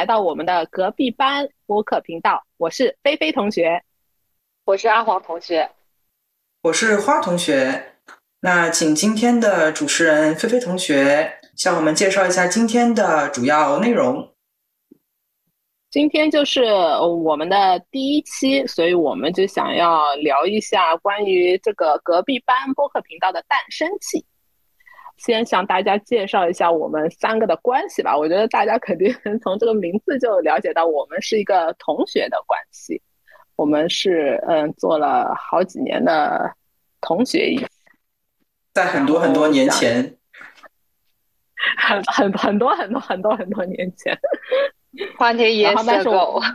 来到我们的隔壁班播客频道，我是菲菲同学。 我是阿黄同学。 我是花同学。那请今天的主持人菲菲同学向我们介绍一下今天的主要内容。 今天就是我们的第一期，所以我们就想要聊一下关于这个隔壁班播客频道的诞生期。先向大家介绍一下我们三个的关系吧。我觉得大家肯定从这个名字就了解到，我们是一个同学的关系。我们是做了好几年的同学一起， 在很多很多年前， 很多年前。 20 然 years 后但是我 ago。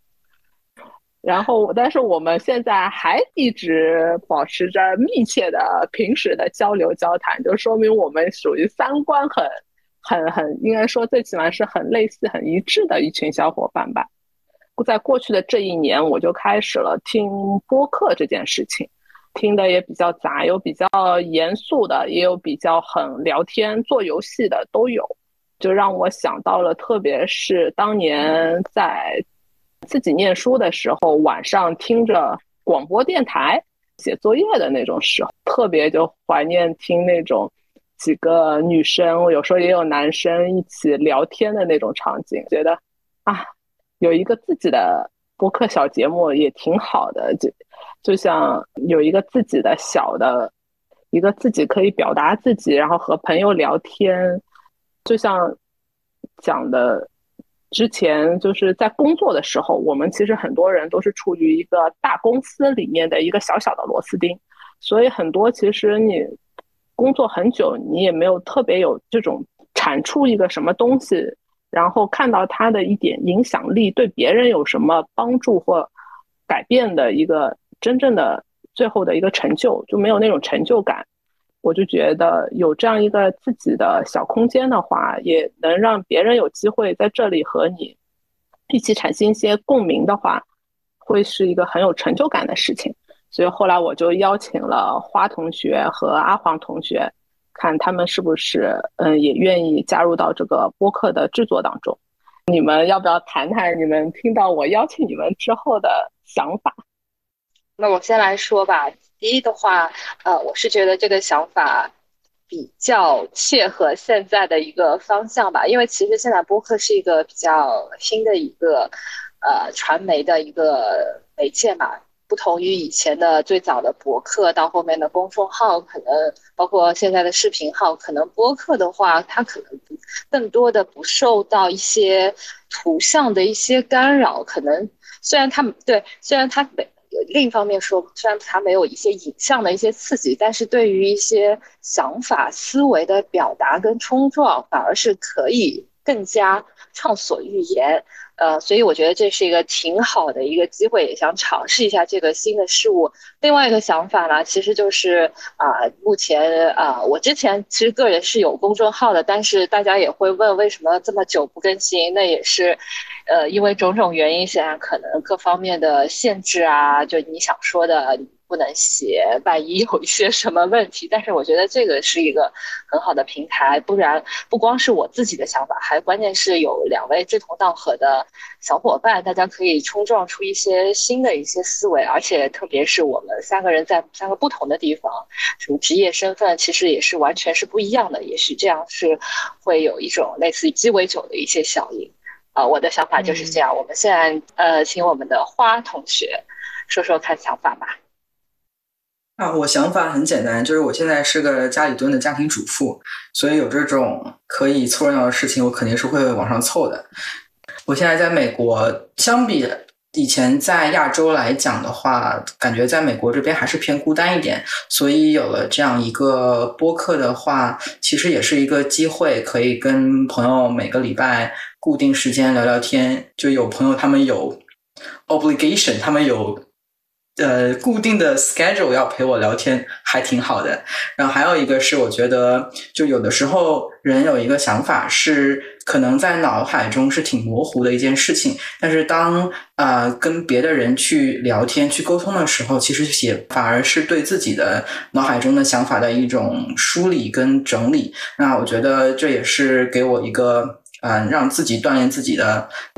但是我们现在还一直保持着密切的平时的交流交谈，就说明我们属于三观应该说最起码是很类似很一致的一群小伙伴吧。在过去的这一年，我就开始了听播客这件事情，听的也比较杂，有比较严肃的，也有比较很聊天做游戏的都有。就让我想到了，特别是当年在自己念书的时候，晚上听着广播电台写作业的那种时候，特别就怀念听那种几个女生，有时候也有男生一起聊天的那种场景，觉得啊，有一个自己的播客小节目也挺好的，就像有一个自己的小的一个自己可以表达自己，然后和朋友聊天。就像讲的，之前就是在工作的时候，我们其实很多人都是处于一个大公司里面的一个小小的螺丝钉，所以很多其实你工作很久，你也没有特别有这种产出一个什么东西，然后看到它的一点影响力对别人有什么帮助或改变的一个真正的最后的一个成就，就没有那种成就感。我就觉得有这样一个自己的小空间的话，也能让别人有机会在这里和你一起产生一些共鸣的话，会是一个很有成就感的事情。所以后来我就邀请了花同学和阿黄同学，看他们是不是也愿意加入到这个播客的制作当中。你们要不要谈谈你们听到我邀请你们之后的想法？ 那我先来说吧。第一的话，我是觉得这个想法比较切合现在的一个方向吧，因为其实现在播客是一个比较新的一个传媒的一个媒介嘛，不同于以前的最早的博客到后面的公众号，可能包括现在的视频号，可能播客的话，它可能更多的不受到一些图像的一些干扰，可能虽然它对，虽然它没。另一方面说，虽然它没有一些影像的一些刺激，但是对于一些想法、思维的表达跟冲撞，反而是可以更加畅所欲言。所以我觉得这是一个挺好的一个机会，也想尝试一下这个新的事物。另外一个想法呢，其实就是目前我之前其实个人是有公众号的，但是大家也会问为什么这么久不更新，那也是因为种种原因，现在可能各方面的限制啊，就你想说的不能写，万一有一些什么问题。但是我觉得这个是一个很好的平台，不然不光是我自己的想法，还关键是有两位志同道合的小伙伴，大家可以冲撞出一些新的一些思维，而且特别是我们三个人在三个不同的地方，什么职业身份其实也是完全是不一样的，也许这样是会有一种类似于鸡尾酒的一些效应。我的想法就是这样。我们现在请我们的花同学说说看想法吧。 我想法很简单，就是我现在是个家里蹲的家庭主妇，所以有这种可以凑热闹的事情，我肯定是会往上凑的。我现在在美国，相比以前在亚洲来讲的话，感觉在美国这边还是偏孤单一点，所以有了这样一个播客的话，其实也是一个机会，可以跟朋友每个礼拜固定时间聊聊天。就有朋友他们有 obligation，他们有固定的 schedule 要陪我聊天，还挺好的。然后还有一个是，我觉得就有的时候人有一个想法是可能在脑海中是挺模糊的一件事情，但是当跟别的人去聊天去沟通的时候，其实也反而是对自己的脑海中的想法的一种梳理跟整理。那我觉得这也是给我一个让自己锻炼自己的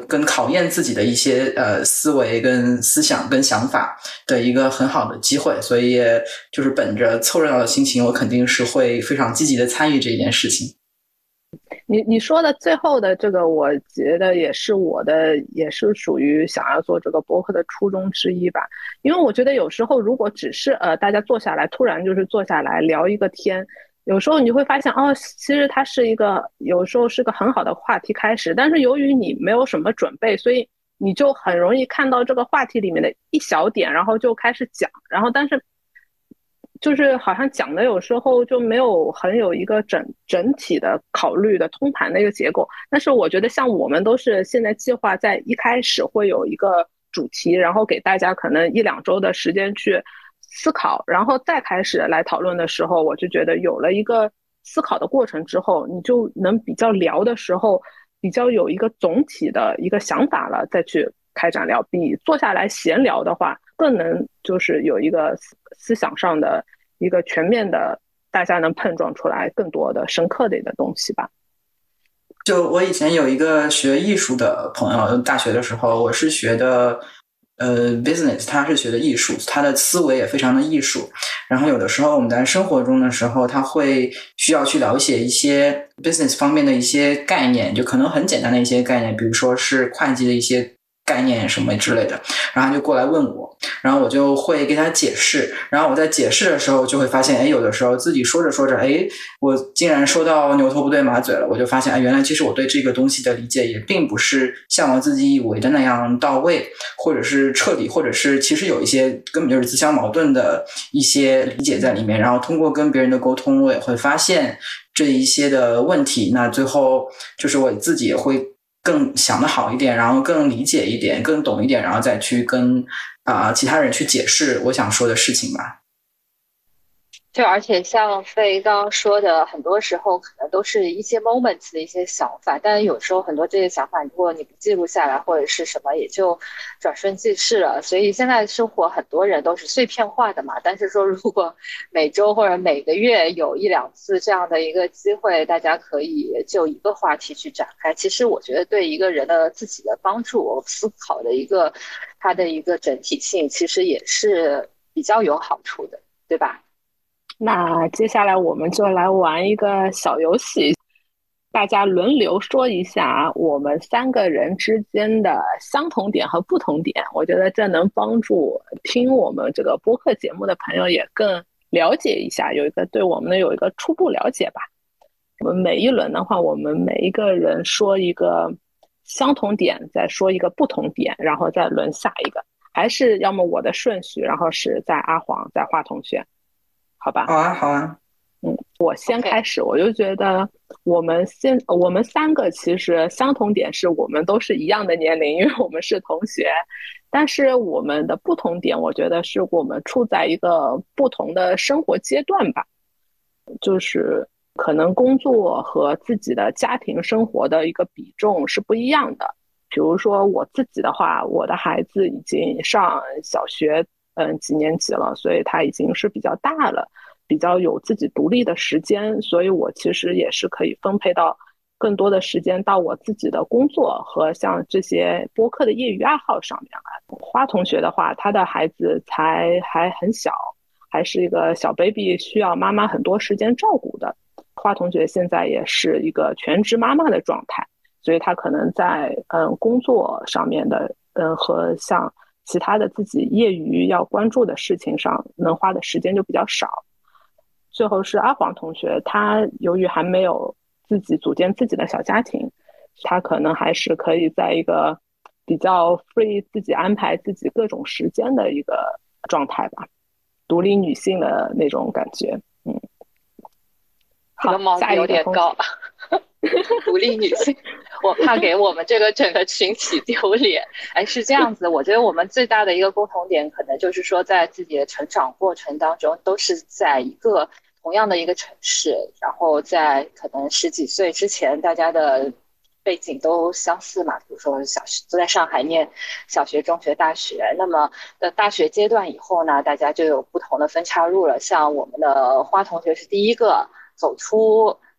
跟考验自己的一些思维跟思想跟想法的一个很好的机会，所以就是本着凑热闹的心情，我肯定是会非常积极的参与这件事情。 你说的最后的这个，我觉得也是我的，也是属于想要做这个播客的初衷之一吧。因为我觉得有时候如果只是大家坐下来，突然就是坐下来聊一个天，有时候你会发现哦，其实它是一个有时候是个很好的话题开始，但是由于你没有什么准备，所以你就很容易看到这个话题里面的一小点，然后就开始讲，然后但是就是好像讲的有时候就没有很有一个整体的考虑的通盘的一个结果。但是我觉得像我们都是现在计划在一开始会有一个主题，然后给大家可能1-2周的时间去思考，然后再开始来讨论的时候，我就觉得有了一个思考的过程之后，你就能比较聊的时候比较有一个总体的一个想法了，再去开展聊，比坐下来闲聊的话更能就是有一个思想上的一个全面的，大家能碰撞出来更多的深刻的一个东西吧。 就我以前有一个学艺术的朋友，大学的时候我是学的business， 他是学的艺术，他的思维也非常的艺术。然后有的时候我们在生活中的时候，他会需要去了解一些 business 方面的一些概念，就可能很简单的一些概念，比如说是会计的一些概念什么之类的，然后他就过来问我，然后我就会给他解释，然后我在解释的时候就会发现，有的时候自己说着说着，我竟然说到牛头不对马嘴了，我就发现，原来其实我对这个东西的理解也并不是像我自己以为的那样到位，或者是彻底，或者是其实有一些根本就是自相矛盾的一些理解在里面，然后通过跟别人的沟通，我也会发现这一些的问题，那最后就是我自己也会更想得好一点，然后更理解一点，更懂一点，然后再去跟其他人去解释我想说的事情吧。 就而且像飞刚刚说的，很多时候可能都是一些 moments 的一些想法，但有时候很多这些想法，如果你不记录下来或者是什么，也就转瞬即逝了。所以现在生活很多人都是碎片化的嘛，但是说如果每周或者每个月有1-2次这样的一个机会，大家可以就一个话题去展开，其实我觉得对一个人的自己的帮助，思考的他的一个整体性，其实也是比较有好处的，对吧？ 那接下来我们就来玩一个小游戏，大家轮流说一下我们3个人之间的相同点和不同点。我觉得这能帮助听我们这个播客节目的朋友也更了解一下，对我们有一个初步了解吧。我们每一轮的话，我们每一个人说一个相同点，再说一个不同点，然后再轮下一个。还是要么我的顺序，然后是在阿黄，在华同学。好吧， 好啊，好啊。 我先开始，我就觉得我们3个其实相同点是我们都是一样的年龄，因为我们是同学，但是我们的不同点，我觉得是我们处在一个不同的生活阶段吧，就是可能工作和自己的家庭生活的一个比重是不一样的。比如说我自己的话，我的孩子已经上小学，几年级了，所以他已经是比较大了，比较有自己独立的时间，所以我其实也是可以分配到更多的时间到我自己的工作和像这些播客的业余爱好上面来。花同学的话，他的孩子还很小，还是一个小 baby， 需要妈妈很多时间照顾的。花同学现在也是一个全职妈妈的状态，所以他可能在工作上面的和像其他的自己业余要关注的事情上能花的时间就比较少。最后是阿黄同学，他由于还没有自己组建自己的小家庭，他可能还是可以在一个比较 free 自己安排自己各种时间的一个状态吧，独立女性的那种感觉。 这个帽子有点高。独立女性，我怕给我们这个整个群体丢脸。是这样子，我觉得我们最大的一个共同点，可能就是说，在自己的成长过程当中，都是在一个同样的一个城市，然后在可能10几岁之前，大家的背景都相似嘛，比如说小学都在上海念小学、中学、大学。那么大学阶段以后呢，大家就有不同的分岔路了。像我们的花同学是第一个走出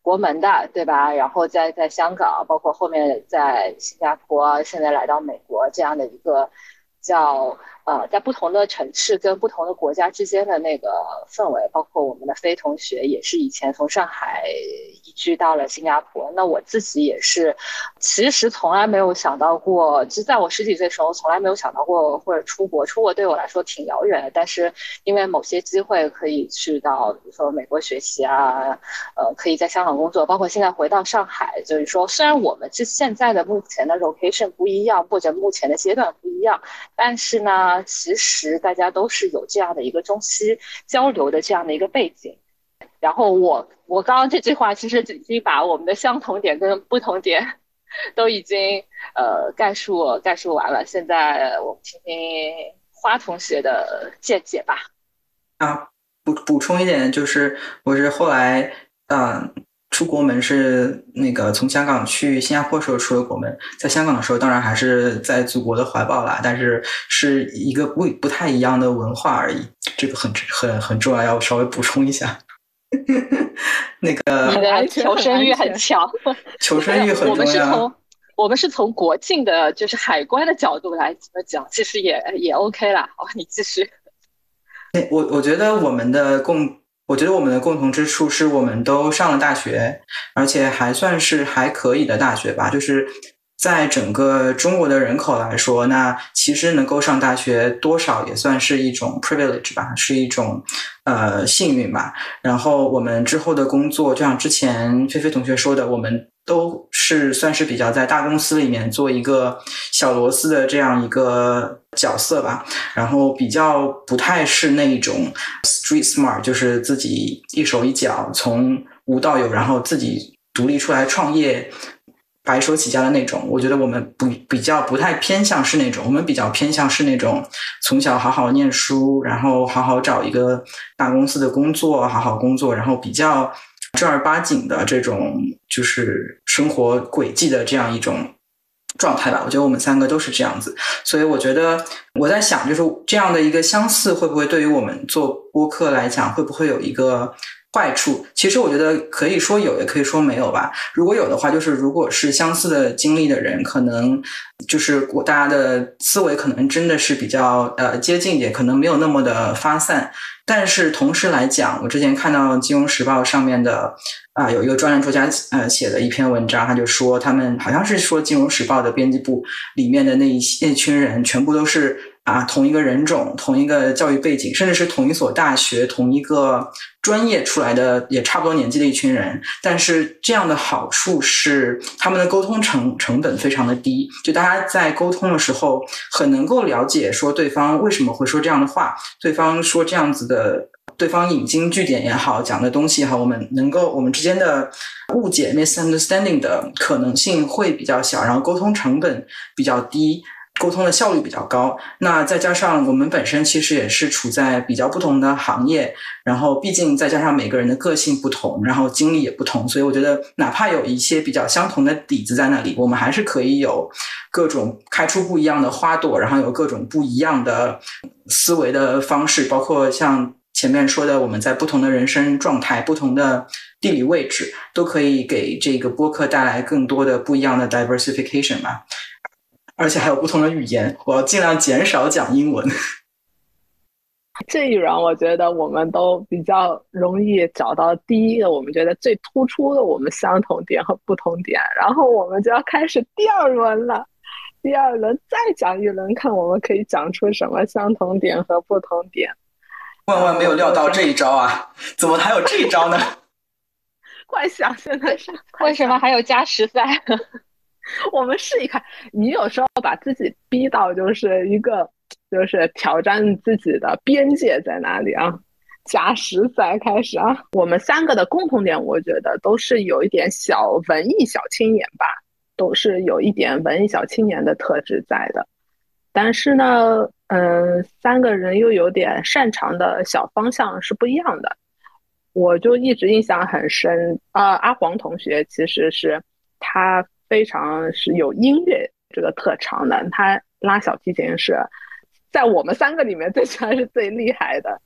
国门的，对吧？然后在香港，包括后面在新加坡，现在来到美国这样的一个叫在不同的城市跟不同的国家之间的那个氛围，包括我们的飞同学也是以前从上海移居到了新加坡。那我自己也是，其实从来没有想到过，就在我十几岁的时候，从来没有想到过或者出国。出国对我来说挺遥远的，但是因为某些机会可以去到，比如说美国学习啊，可以在香港工作，包括现在回到上海，就是说，虽然我们现在的目前的 location 不一样，或者目前的阶段不一样，但是呢，其实大家都是有这样的一个中西交流的这样的一个背景。然后我刚刚这句话其实已经把我们的相同点跟不同点都已经概述完了。现在我们听听花同学的见解吧。 啊，补充一点，就是我是后来出国门是那个从香港去新加坡时候出的国门，在香港的时候当然还是在祖国的怀抱啦，但是是一个不太一样的文化而已，这个很重要，要稍微补充一下。那个你的求生欲很强， 求生欲很重要。 我们是从国境的，就是海关的角度来讲，其实也 OK 啦。好，你继续。 我觉得我们的共同之处是我们都上了大学，而且还算是还可以的大学吧。就是在整个中国的人口来说，那其实能够上大学多少也算是一种 privilege 吧，是一种幸运吧。然后我们之后的工作，就像之前菲菲同学说的，我们都是算是比较在大公司里面做一个小螺丝的这样一个角色吧，然后比较不太是那种 street smart， 就是自己一手一脚从无到有，然后自己独立出来创业白手起家的那种。我觉得我们比较不太偏向是那种，我们比较偏向是那种从小好好念书，然后好好找一个大公司的工作，好好工作，然后比较正儿八经的这种就是生活轨迹的这样一种状态吧。我觉得我们三个都是这样子，所以我觉得我在想，就是这样的一个相似会不会对于我们做播客来讲，会不会有一个坏处？其实我觉得可以说有，也可以说没有吧。如果有的话，就是如果是相似的经历的人，可能就是大家的思维可能真的是比较接近一点，可能没有那么的发散。但是同时来讲，我之前看到《金融时报》上面的有一个专栏作家写的一篇文章，他就说他们好像是说《金融时报》的编辑部里面的那群人全部都是同一个人种、同一个教育背景，甚至是同一所大学、同一个专业出来的，也差不多年纪的一群人。但是这样的好处是他们的沟通成本非常的低，就大家在沟通的时候很能够了解说对方为什么会说这样的话，对方说这样子的，对方引经据典也好，讲的东西也好，我们之间的误解 misunderstanding 的可能性会比较小，然后沟通成本比较低，沟通的效率比较高。那再加上我们本身其实也是处在比较不同的行业，然后毕竟再加上每个人的个性不同，然后经历也不同，所以我觉得哪怕有一些比较相同的底子在那里，我们还是可以有各种开出不一样的花朵，然后有各种不一样的思维的方式，包括像前面说的，我们在不同的人生状态、不同的地理位置，都可以给这个播客带来更多的不一样的 diversification 吧。而且还有不同的语言，我要尽量减少讲英文。 这一轮我觉得我们都比较容易找到第一个我们觉得最突出的我们相同点和不同点，然后我们就要开始第二轮了。第二轮再讲一轮，看我们可以讲出什么相同点和不同点。 万万没有料到这一招啊！怎么还有这一招呢？ 快想，现在是为什么还有加时赛？ 我们试一看，你有时候把自己逼到就是一个，就是挑战自己的边界在哪里啊？加时赛开始啊！我们三个的共同点，我觉得都是有一点小文艺小青年吧，都是有一点文艺小青年的特质在的。但是呢，三个人又有点擅长的小方向是不一样的。我就一直印象很深阿黄同学其实是他非常是有音乐这个特长的，他拉小提琴是在我们三个里面最喜欢是最厉害的。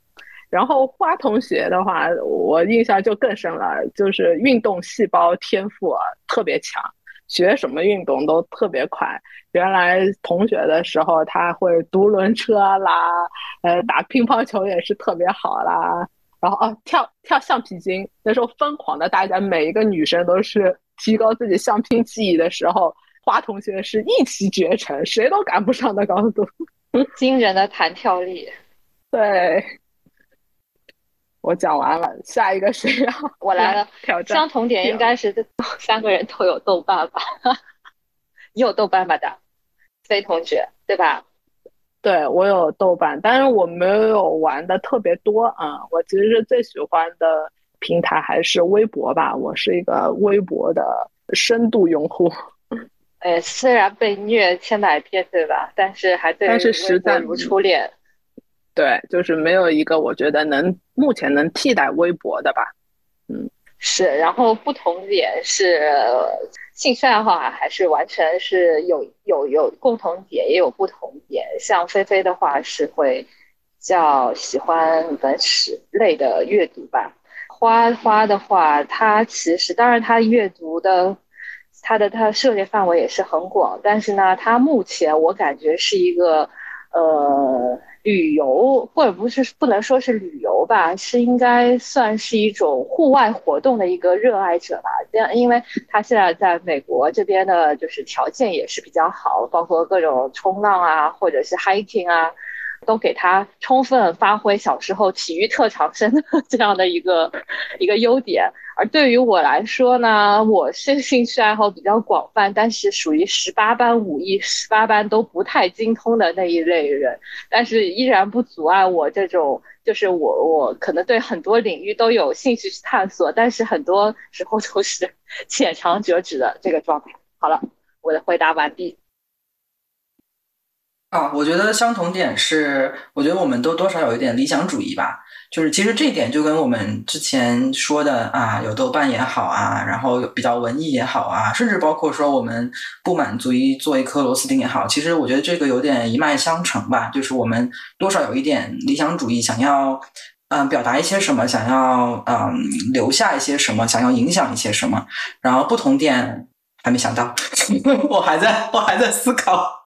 然后花同学的话，我印象就更深了，就是运动细胞天赋特别强，学什么运动都特别快。原来同学的时候，他会独轮车啦，打乒乓球也是特别好啦。然后跳橡皮筋，那时候疯狂的，大家每一个女生都是提高自己橡皮技艺的时候，花同学是一骑绝尘，谁都赶不上的高度。 惊人的弹跳力。 对，我讲完了，下一个谁要来我来了， 挑战？ 相同点应该是三个人都有豆瓣吧？你有豆瓣吧的，飞同学对吧？ 对，我有豆瓣，但是我没有玩的特别多啊。我其实是最喜欢的平台还是微博吧，我是一个微博的深度用户。 虽然被虐千百遍对吧？但是还但是对微实在博如初恋。 对，就是没有一个我觉得目前能替代微博的吧。嗯， 是，然后不同点是兴趣爱好啊，还是完全是有共同点，也有不同点。像菲菲的话是会比较喜欢文史类的阅读吧。花的话，它其实当然它阅读的它的涉猎范围也是很广，但是呢，它目前我感觉是一个旅游，或者不能说是旅游吧，是应该算是一种户外活动的一个热爱者吧。这样，因为他现在在美国这边的，就是条件也是比较好，包括各种冲浪啊，或者是 hiking 啊，都给他充分发挥小时候体育特长生的这样的一个优点。而对于我来说呢，我是兴趣爱好比较广泛，但是属于18般武艺18般都不太精通的那一类人，但是依然不阻碍我这种，就是我可能对很多领域都有兴趣去探索，但是很多时候都是浅尝辄止的这个状态。好了，我的回答完毕。 我觉得相同点是，我觉得我们都多少有一点理想主义吧。就是其实这一点就跟我们之前说的有豆瓣也好啊，然后比较文艺也好啊，甚至包括说我们不满足于做一颗螺丝钉也好，其实我觉得这个有点一脉相承吧。就是我们多少有一点理想主义，想要表达一些什么，想要留下一些什么，想要影响一些什么，然后不同点还没想到，我还在思考。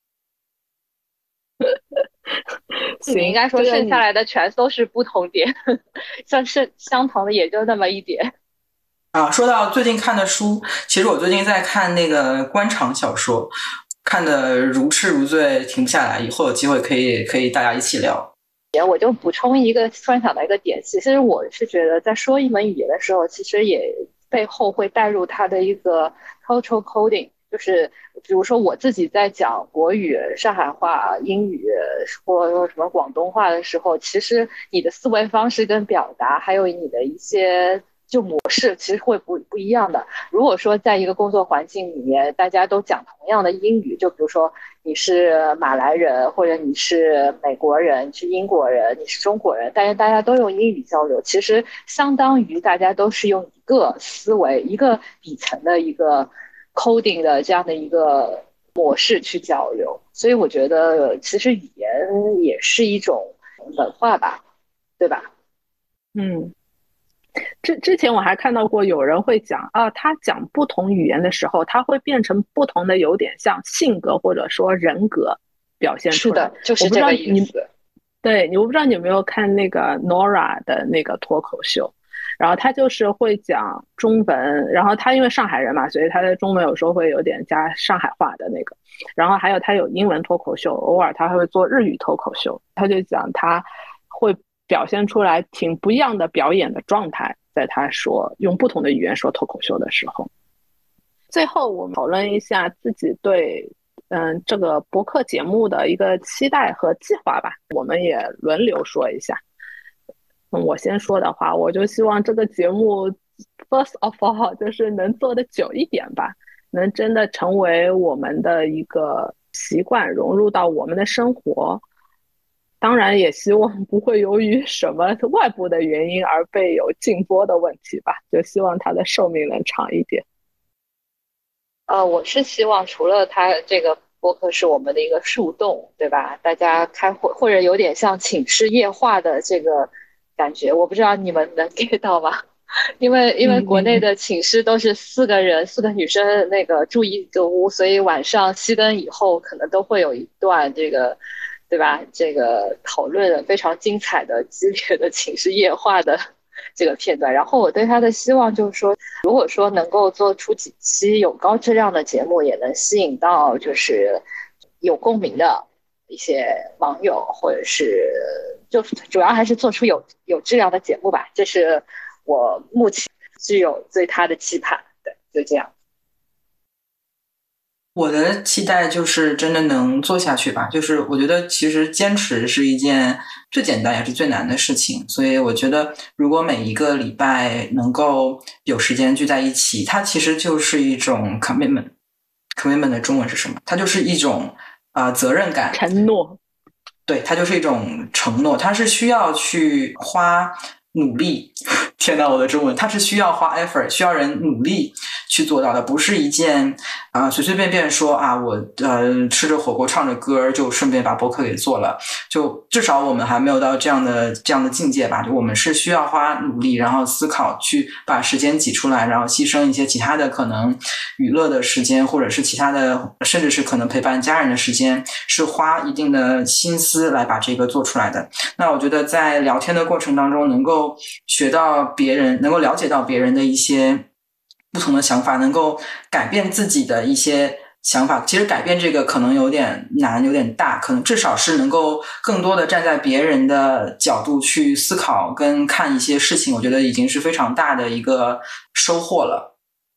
你应行， 该说剩下来的全都是不同点，像是相同的也就那么一点。 说到最近看的书，其实我最近在看那个官场小说，看的如痴如醉，停不下来。以后有机会可以大家一起聊。 我就补充一个突然想到一个点，其实我是觉得在说一门语言的时候，其实也背后会带入它的一个 cultural coding，就是比如说我自己在讲国语、上海话、英语或者说什么广东话的时候，其实你的思维方式跟表达，还有你的一些模式，其实会不一样的。如果说在一个工作环境里面，大家都讲同样的英语，就比如说你是马来人，或者你是美国人，你是英国人，你是中国人，但是大家都用英语交流，其实相当于大家都是用一个思维、一个底层的一个 coding 的这样的一个模式去交流。所以我觉得，其实语言也是一种文化吧，对吧？ 嗯，之前我还看到过有人会讲他讲不同语言的时候，他会变成不同的，有点像性格或者说人格表现出来。 是的，就我不知是这个意道你思。 对你，我不知道你有没有看那个 Nora 的那个脱口秀，然后他就是会讲中文，然后他因为上海人嘛，所以他的中文有时候会有点加上海话的那个，然后还有他有英文脱口秀，偶尔他还会做日语脱口秀，他就讲他会表现出来挺不一样的表演的状态，在他说用不同的语言说脱口秀的时候。最后我们讨论一下自己对这个播客节目的一个期待和计划吧，我们也轮流说一下。我先说的话，我就希望这个节目 first of all 就是能做得久一点吧，能真的成为我们的一个习惯，融入到我们的生活。当然也希望不会由于什么外部的原因而被有禁播的问题吧，就希望它的寿命能长一点。 我是希望除了它这个播客是我们的一个树洞，对吧？大家开会或者有点像寝室夜话的这个感觉，我不知道你们能 get 到吗？因为国内的寝室都是4个人，4个女生那个住一个屋，所以晚上熄灯以后，可能都会有一段这个，对吧？这个讨论非常精彩的、激烈的寝室夜话的这个片段。然后我对他的希望就是说，如果说能够做出几期有高质量的节目，也能吸引到就是有共鸣的一些网友，或者是就主要还是做出有质量的节目吧。这是我目前具有对他的期盼。对，就这样。 我的期待就是真的能做下去吧，就是我觉得其实坚持是一件最简单也是最难的事情，所以我觉得如果每一个礼拜能够有时间聚在一起，它其实就是一种 commitment 的中文是什么？它就是一种责任感， 承诺。 对，它就是一种承诺，它是需要去花努力。天哪，我的中文，它是需要花 effort， 需要人努力去做到的，不是一件随随便便说我吃着火锅唱着歌就顺便把播客给做了，就至少我们还没有到这样的境界吧。就我们是需要花努力，然后思考，去把时间挤出来，然后牺牲一些其他的可能娱乐的时间，或者是其他的，甚至是可能陪伴家人的时间，是花一定的心思来把这个做出来的。那我觉得在聊天的过程当中，能够学到别人，能够了解到别人的一些不同的想法，能够改变自己的一些想法。其实改变这个可能有点难，有点大，可能至少是能够更多的站在别人的角度去思考跟看一些事情，我觉得已经是非常大的一个收获了。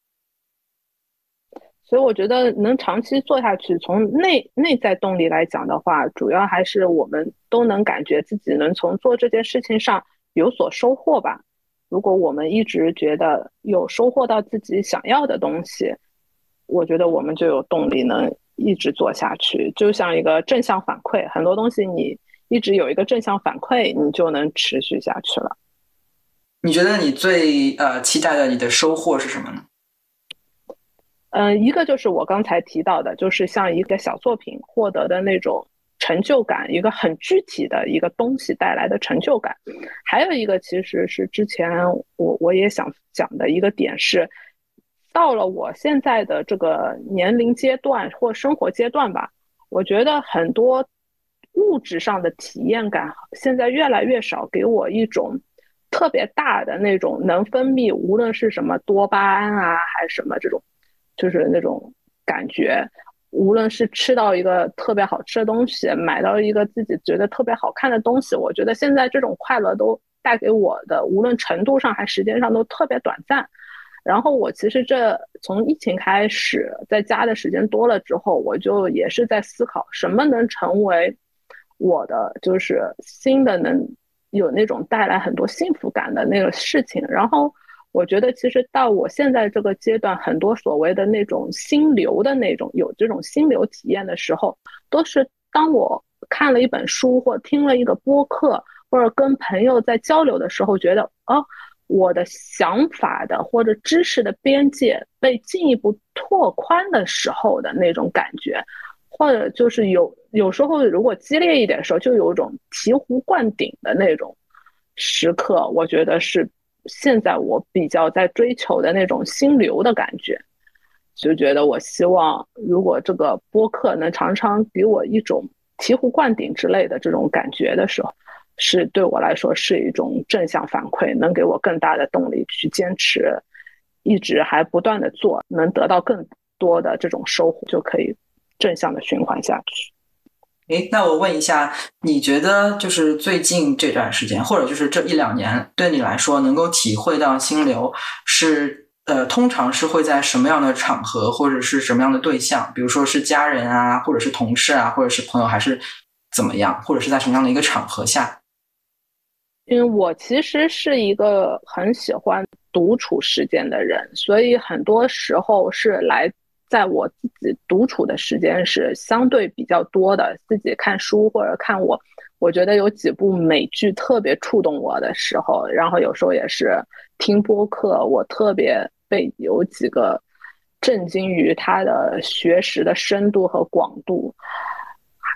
所以我觉得能长期做下去，从内在动力来讲的话，主要还是我们都能感觉自己能从做这件事情上有所收获吧。如果我们一直觉得有收获到自己想要的东西，我觉得我们就有动力能一直做下去。就像一个正向反馈，很多东西你一直有一个正向反馈，你就能持续下去了。 你觉得你最期待的你的收获是什么呢？ 一个就是我刚才提到的，就是像一个小作品获得的那种成就感，一个很具体的一个东西带来的成就感。还有一个其实是之前我也想讲的一个点是，到了我现在的这个年龄阶段或生活阶段吧，我觉得很多物质上的体验感现在越来越少，给我一种特别大的那种能分泌，无论是什么多巴胺啊，还是什么这种。就是那种感觉，无论是吃到一个特别好吃的东西，买到一个自己觉得特别好看的东西，我觉得现在这种快乐都带给我的，无论程度上还时间上都特别短暂。然后我其实这从疫情开始，在家的时间多了之后，我就也是在思考什么能成为我的就是新的能有那种带来很多幸福感的那个事情。然后我觉得其实到我现在这个阶段，很多所谓的那种心流的那种有这种心流体验的时候，都是当我看了一本书或听了一个播客，或者跟朋友在交流的时候，觉得我的想法的或者知识的边界被进一步拓宽的时候的那种感觉。或者就是有时候如果激烈一点的时候，就有一种醍醐灌顶的那种时刻，我觉得是现在我比较在追求的那种心流的感觉。就觉得我希望如果这个播客能常常给我一种醍醐灌顶之类的这种感觉的时候，是对我来说是一种正向反馈，能给我更大的动力去坚持，一直还不断的做，能得到更多的这种收获，就可以正向的循环下去。 那我问一下，你觉得就是最近这段时间，或者就是这1-2年，对你来说能够体会到心流是通常是会在什么样的场合，或者是什么样的对象？比如说是家人啊，或者是同事啊，或者是朋友，还是怎么样？或者是在什么样的一个场合下？ 因为我其实是一个很喜欢独处时间的人，所以很多时候是在我自己独处的时间是相对比较多的，自己看书或者看我觉得有几部美剧特别触动我的时候，然后有时候也是听播客，我特别被有几个震惊于它的学识的深度和广度。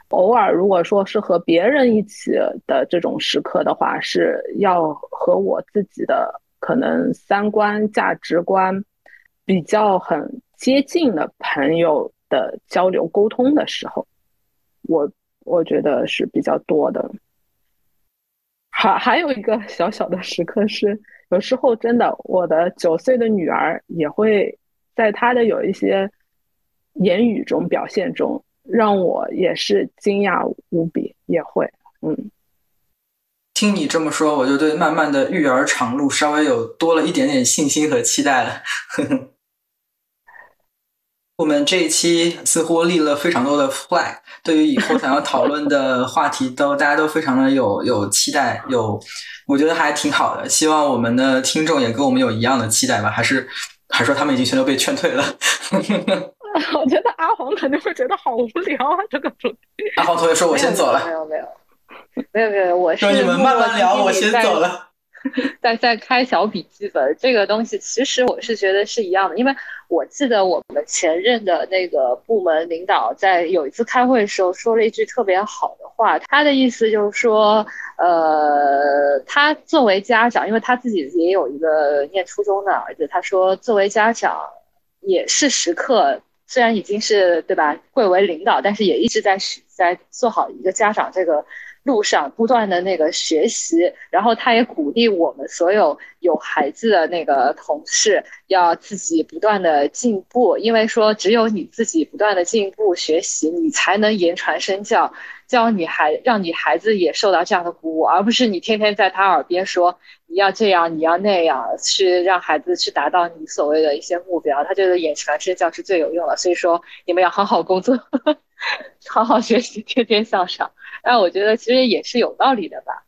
偶尔如果说是和别人一起的这种时刻的话，是要和我自己的可能三观、价值观比较很接近的朋友的交流沟通的时候，我我觉得是比较多的。还有一个小小的时刻是，有时候真的，我的9岁的女儿也会在她的有一些言语中表现中，让我也是惊讶无比，也会，嗯。 听你这么说，我就对慢慢的育儿长路稍微有多了一点点信心和期待了。我们这一期似乎立了非常多的 flag， 对于以后想要讨论的话题大家都非常的有期待，我觉得还挺好的。希望我们的听众也跟我们有一样的期待吧，还是说他们已经全都被劝退了？ 我觉得阿黄肯定会觉得好无聊啊，这个主题。 阿黄同学说：“我先走了。” 没有，我是说你们慢慢聊，我先走了。 在开小笔记本，这个东西其实我是觉得是一样的，因为我记得我们前任的那个部门领导在有一次开会的时候说了一句特别好的话，他的意思就是说，他作为家长，因为他自己也有一个念初中的儿子，他说作为家长也是时刻。虽然已经是对吧贵为领导，但是也一直在做好一个家长这个路上不断的那个学习，然后他也鼓励我们所有孩子的那个同事要自己不断的进步，因为说只有你自己不断的进步学习，你才能言传身教，让你孩子也受到这样的鼓舞，而不是你天天在他耳边说你要这样你要那样，去让孩子去达到你所谓的一些目标，他觉得言传身教是最有用的，所以说你们要好好工作好好学习，天天向上。但我觉得其实也是有道理的吧。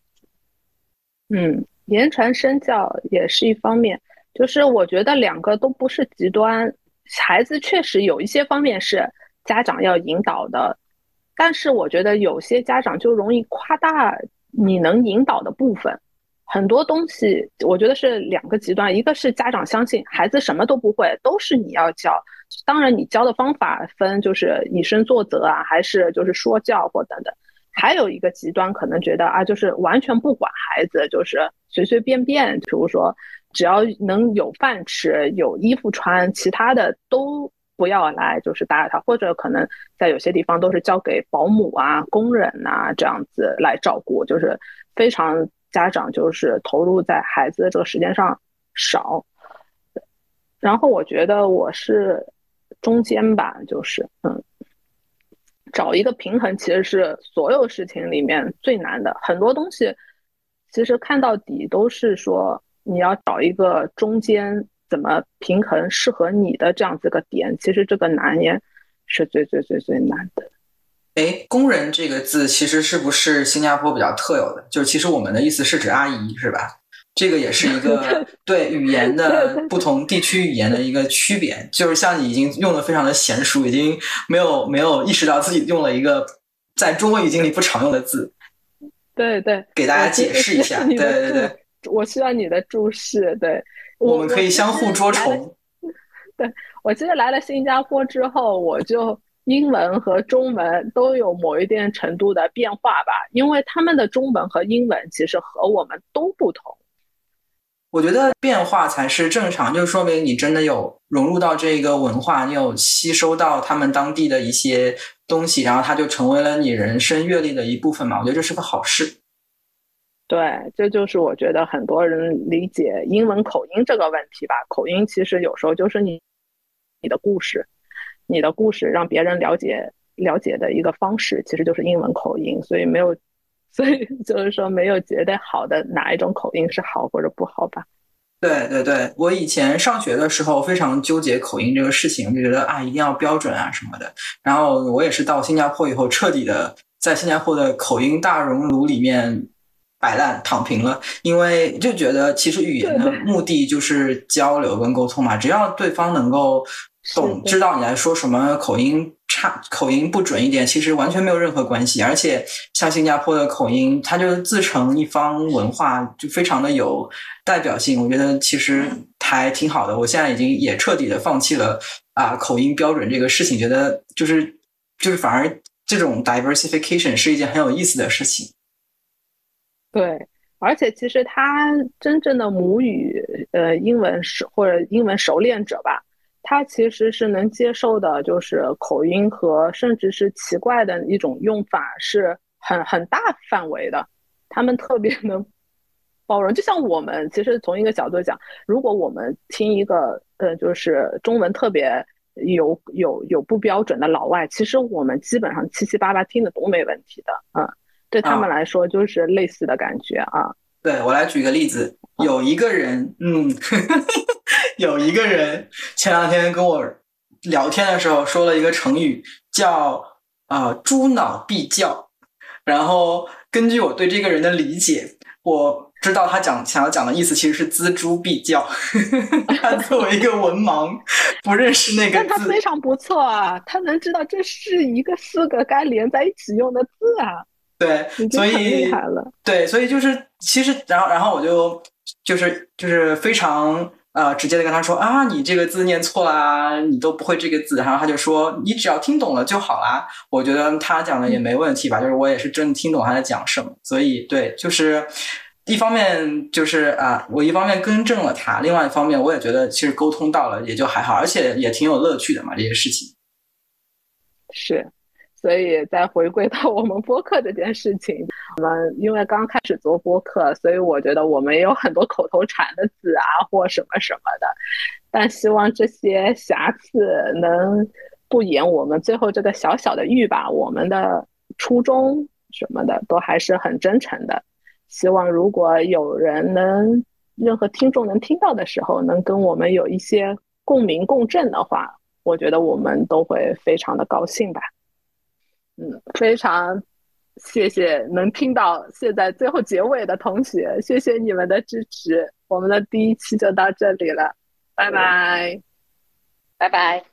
言传身教也是一方面，就是我觉得两个都不是极端。孩子确实有一些方面是家长要引导的，但是我觉得有些家长就容易夸大你能引导的部分。很多东西我觉得是两个极端，一个是家长相信孩子什么都不会，都是你要教。当然你教的方法分就是以身作则啊，还是就是说教或等等。还有一个极端可能觉得啊，就是完全不管孩子，就是随随便便，比如说只要能有饭吃、有衣服穿，其他的都不要来，就是打扰他，或者可能在有些地方都是交给保姆啊、工人啊这样子来照顾，就是非常家长就是投入在孩子的这个时间上少。然后我觉得我是中间吧，就是找一个平衡其实是所有事情里面最难的。很多东西其实看到底都是说你要找一个中间怎么平衡适合你的这样子个点，其实这个拿捏是最难的。 哎，工人这个字其实是不是新加坡比较特有的？就是其实我们的意思是指阿姨，是吧？这个也是一个对语言的不同地区语言的一个区别。就是像你已经用的非常的娴熟，已经没有意识到自己用了一一个在中文语境里不常用的字。 对， 给大家解释一下。对， 我需要你的注释。对， 我们可以相互捉虫。 对，我其实来了新加坡之后，我就英文和中文都有某一定程度的变化吧，因为他们的中文和英文其实和我们都不同。 我觉得变化才是正常，就说明你真的有融入到这个文化，你有吸收到他们当地的一些东西，然后它就成为了你人生阅历的一部分嘛。我觉得这是个好事。 对，这就是我觉得很多人理解英文口音这个问题吧。口音其实有时候就是你的故事，你的故事让别人了解的一个方式，其实就是英文口音。所以就是说没有绝对好的哪一种口音是好或者不好吧。 对，我以前上学的时候非常纠结口音这个事情，就觉得一定要标准啊什么的。然后我也是到新加坡以后，彻底的在新加坡的口音大熔炉里面摆烂躺平了，因为就觉得其实语言的目的就是交流跟沟通嘛，只要对方能够知道你在说什么，口音不准一点，其实完全没有任何关系。而且像新加坡的口音，它就自成一方文化，就非常的有代表性。我觉得其实还挺好的。我现在已经也彻底的放弃了口音标准这个事情，觉得就是反而这种 diversification 是一件很有意思的事情。 对，而且其实他真正的母语，英文或者英文熟练者吧，他其实是能接受的，就是口音和甚至是奇怪的一种用法是很大范围的，他们特别能包容。就像我们其实从一个角度讲，如果我们听一个就是中文特别有不标准的老外，其实我们基本上七七八八听得懂没问题的，对他们来说就是类似的感觉啊。 对，我来举个例子，有一个人，有一个人前两天跟我聊天的时候说了一个成语，叫猪脑必叫。然后根据我对这个人的理解，我知道他想要讲的意思其实是锱铢必较。他作为一个文盲，不认识那个字， 但他非常不错啊，他能知道这是一个四个该连在一起用的字啊。 对，所以很厉害了。 对，所以就是其实，然后我就是非常直接的跟他说啊，你这个字念错啦，你都不会这个字，然后他就说你只要听懂了就好啦。我觉得他讲的也没问题吧，就是我也是真的听懂他在讲什么，所以对，就是一方面就是我一方面更正了他，另外一方面我也觉得其实沟通到了也就还好，而且也挺有乐趣的嘛，这些事情。 是。所以再回归到我们播客这件事情，我们因为刚开始做播客，所以我觉得我们也有很多口头禅的字啊，或什么什么的。但希望这些瑕疵能不掩我们最后这个小小的欲吧，我们的初衷什么的都还是很真诚的。希望如果有人任何听众能听到的时候，能跟我们有一些共鸣共振的话，我觉得我们都会非常的高兴吧。非常谢谢能听到现在最后结尾的同学，谢谢你们的支持。我们的第一期就到这里了，拜拜， 拜拜。